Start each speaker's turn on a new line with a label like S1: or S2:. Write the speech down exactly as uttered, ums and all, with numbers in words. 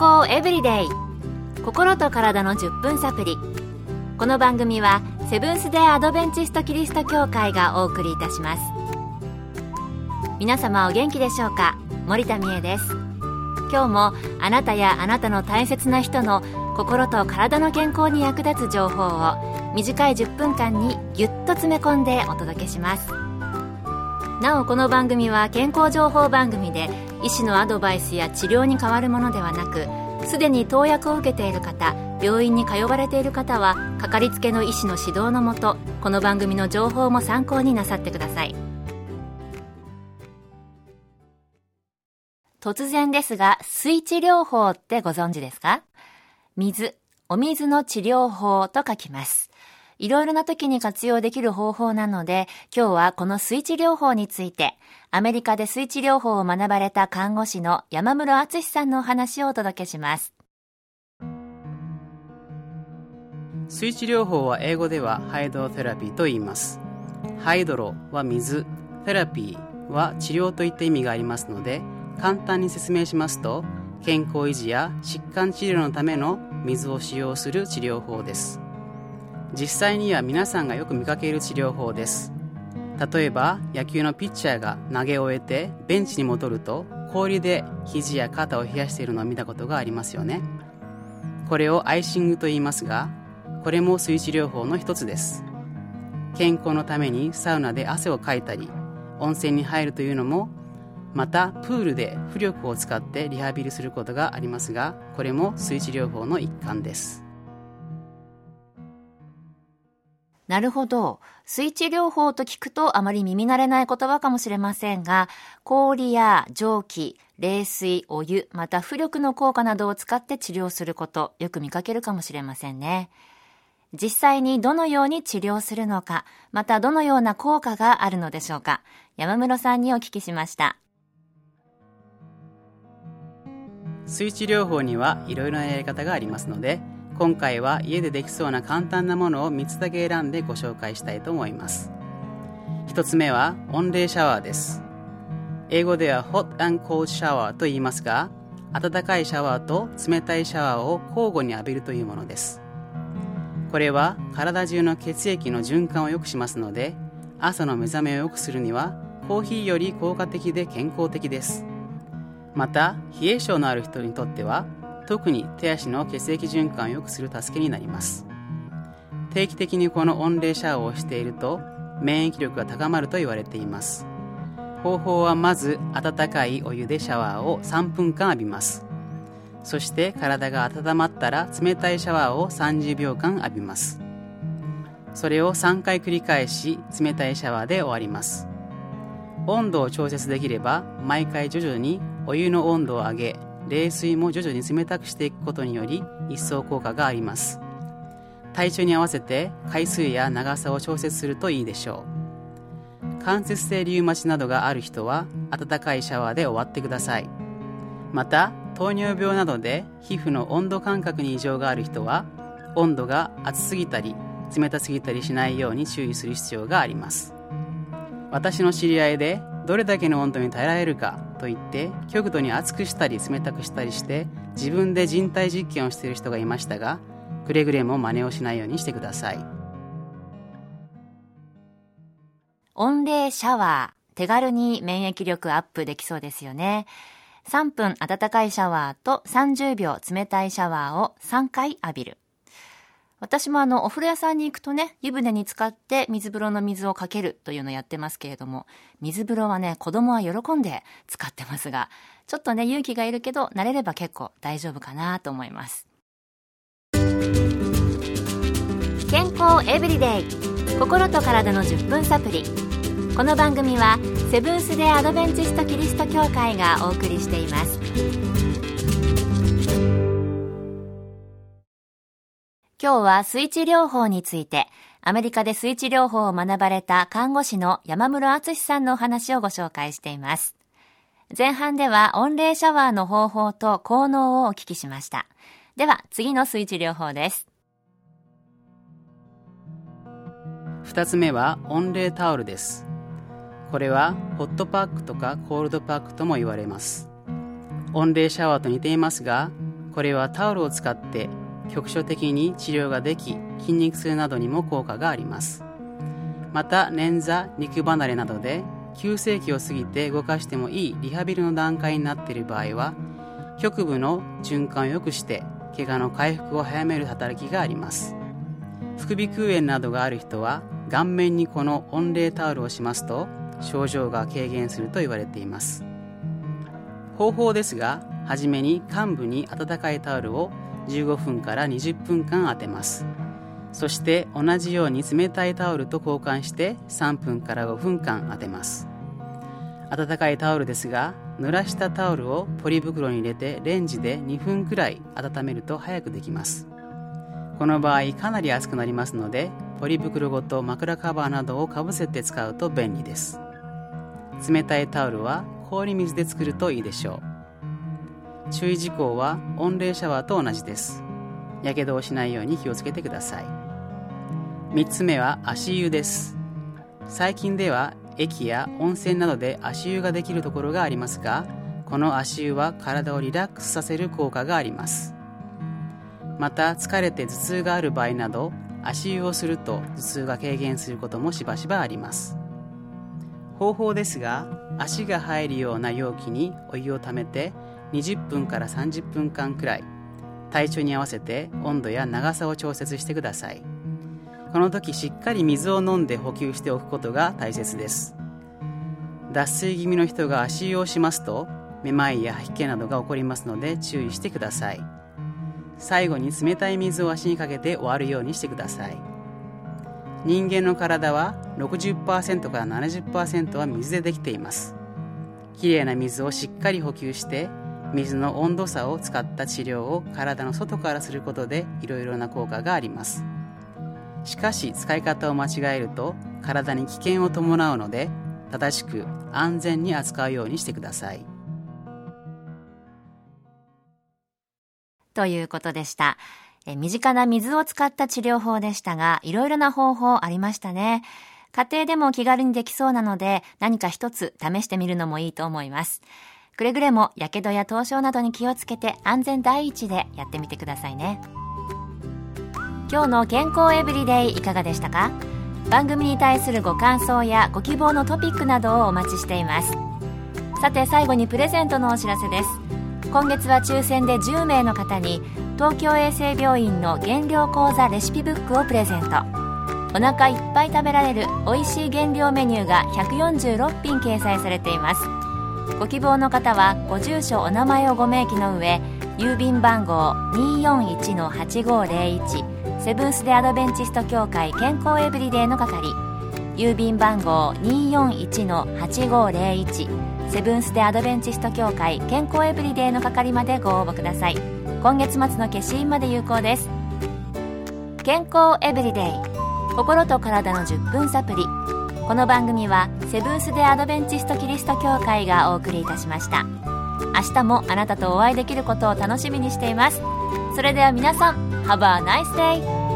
S1: 康エブリデイ、心と体のじゅっぷんサプリ。この番組はセブンス・デー・アドベンチスト・キリスト教会がお送りいたします。皆様お元気でしょうか。森田美恵です。今日もあなたやあなたの大切な人の心と体の健康に役立つ情報を短いじゅっぷんかんにぎゅっと詰め込んでお届けします。なおこの番組は健康情報番組で医師のアドバイスや治療に代わるものではなく、すでに投薬を受けている方、病院に通われている方はかかりつけの医師の指導のもと、この番組の情報も参考になさってください。突然ですが、水治療法ってご存知ですか？水、お水の治療法と書きます。いろいろな時に活用できる方法なので、今日はこの水治療法について、アメリカで水治療法を学ばれた看護師の山室敦さんのお話をお届けします。
S2: 水治療法は英語ではハイドロテラピーと言います。ハイドロは水、テラピーは治療といった意味がありますので、簡単に説明しますと、健康維持や疾患治療のための水を使用する治療法です。実際には皆さんがよく見かける治療法です。例えば野球のピッチャーが投げ終えてベンチに戻ると、氷で肘や肩を冷やしているのを見たことがありますよね。これをアイシングと言いますが、これも水治療法の一つです。健康のためにサウナで汗をかいたり、温泉に入るというのも、またプールで浮力を使ってリハビリすることがありますが、これも水治療法の一環です。
S1: なるほど。水治療法と聞くとあまり耳慣れない言葉かもしれませんが、氷や蒸気、冷水、お湯、また浮力の効果などを使って治療すること、よく見かけるかもしれませんね。実際にどのように治療するのか、またどのような効果があるのでしょうか。山室さんにお聞きしました。
S2: 水治療法にはいろいろなやり方がありますので、今回は家でできそうな簡単なものをみっつだけ選んでご紹介したいと思います。ひとつめは温冷シャワーです。英語では Hot and Cold Shower と言いますが、温かいシャワーと冷たいシャワーを交互に浴びるというものです。これは体中の血液の循環を良くしますので、朝の目覚めを良くするにはコーヒーより効果的で健康的です。また冷え性のある人にとっては、特に手足の血液循環を良くする助けになります。定期的にこの温冷シャワーをしていると免疫力が高まると言われています。方法はまず温かいお湯でシャワーをさんぷんかん浴びます。そして体が温まったら冷たいシャワーをさんじゅうびょうかん浴びます。それをさんかい繰り返し冷たいシャワーで終わります。温度を調節できれば毎回徐々にお湯の温度を上げ、冷水も徐々に冷たくしていくことにより一層効果があります。体調に合わせて回数や長さを調節するといいでしょう。関節性リウマチなどがある人は温かいシャワーで終わってください。また糖尿病などで皮膚の温度感覚に異常がある人は、温度が熱すぎたり冷たすぎたりしないように注意する必要があります。私の知り合いでどれだけの温度に耐えられるかといって極度に熱くしたり冷たくしたりして自分で人体実験をしている人がいましたが、くれぐれも真似をしないようにしてください。
S1: 温冷シャワー、手軽に免疫力アップできそうですよね。さんぷん温かいシャワーとさんじゅうびょう冷たいシャワーをさんかい浴びる。私もあのお風呂屋さんに行くとね、湯船に浸かって水風呂の水をかけるというのをやってますけれども、水風呂はね、子供は喜んで使ってますが、ちょっとね勇気がいるけど慣れれば結構大丈夫かなと思います。健康エブリデイ、心と体のじゅっぷんサプリ。この番組はセブンス・デー・アドベンチスト・キリスト教会がお送りしています。今日は水治療法について、アメリカで水治療法を学ばれた看護師の山室敦さんのお話をご紹介しています。前半では温冷シャワーの方法と効能をお聞きしました。では次の水治療法です。
S2: 二つ目は温冷タオルです。これはホットパックとかコールドパックとも言われます。温冷シャワーと似ていますが、 これはタオルを使って局所的に治療ができ、筋肉痛などにも効果があります。また捻挫、肉離れなどで急性期を過ぎて動かしてもいいリハビリの段階になっている場合は、局部の循環を良くして怪我の回復を早める働きがあります。副鼻腔炎などがある人は顔面にこの温冷タオルをしますと症状が軽減すると言われています。方法ですが、はじめに患部に温かいタオルをじゅうごふんからにじゅっぷんかん当てます。そして同じように冷たいタオルと交換してさんぷんからごふんかん当てます。温かいタオルですが、濡らしたタオルをポリ袋に入れてレンジでにふんくらい温めると早くできます。この場合かなり熱くなりますので、ポリ袋ごと枕カバーなどをかぶせて使うと便利です。冷たいタオルは氷水で作るといいでしょう。注意事項は温冷シャワーと同じです。やけどをしないように気をつけてください。みっつめは足湯です。最近では駅や温泉などで足湯ができるところがありますが、この足湯は体をリラックスさせる効果があります。また疲れて頭痛がある場合など、足湯をすると頭痛が軽減することもしばしばあります。方法ですが、足が入るような容器にお湯をためてにじゅっぷんからさんじゅっぷんかんくらい、体調に合わせて温度や長さを調節してください。この時しっかり水を飲んで補給しておくことが大切です。脱水気味の人が足湯をしますと、めまいや吐き気などが起こりますので注意してください。最後に冷たい水を足にかけて終わるようにしてください。人間の体は ろくじゅっパーセント から ななじゅっパーセント は水でできています。きれいな水をしっかり補給して、水の温度差を使った治療を体の外からすることでいろいろな効果があります。しかし使い方を間違えると体に危険を伴うので、正しく安全に扱うようにしてください。
S1: ということでした。え身近な水を使った治療法でしたが、いろいろな方法ありましたね。家庭でも気軽にできそうなので、何か一つ試してみるのもいいと思います。くれぐれもやけどや凍傷などに気をつけて安全第一でやってみてくださいね。今日の健康エブリデイいかがでしたか？番組に対するご感想やご希望のトピックなどをお待ちしています。さて最後にプレゼントのお知らせです。今月は抽選でじゅうめいの方に東京衛生病院の減量講座レシピブックをプレゼント。お腹いっぱい食べられる美味しい減量メニューがひゃくよんじゅうろっぴん掲載されています。ご希望の方はご住所お名前をご明記の上、郵便番号 にーよんいちのはちごーぜろいち セブンス・デ・アドベンチスト協会健康エブリデイの係、郵便番号 にーよんいちのはちごーぜろいち セブンス・デ・アドベンチスト協会健康エブリデイの係までご応募ください。今月末の消印まで有効です。健康エブリデイ、心と体のじゅっぷんサプリ。この番組はセブンス・デ・アドベンチスト・キリスト教会がお送りいたしました。明日もあなたとお会いできることを楽しみにしています。それでは皆さん、Have a nice day!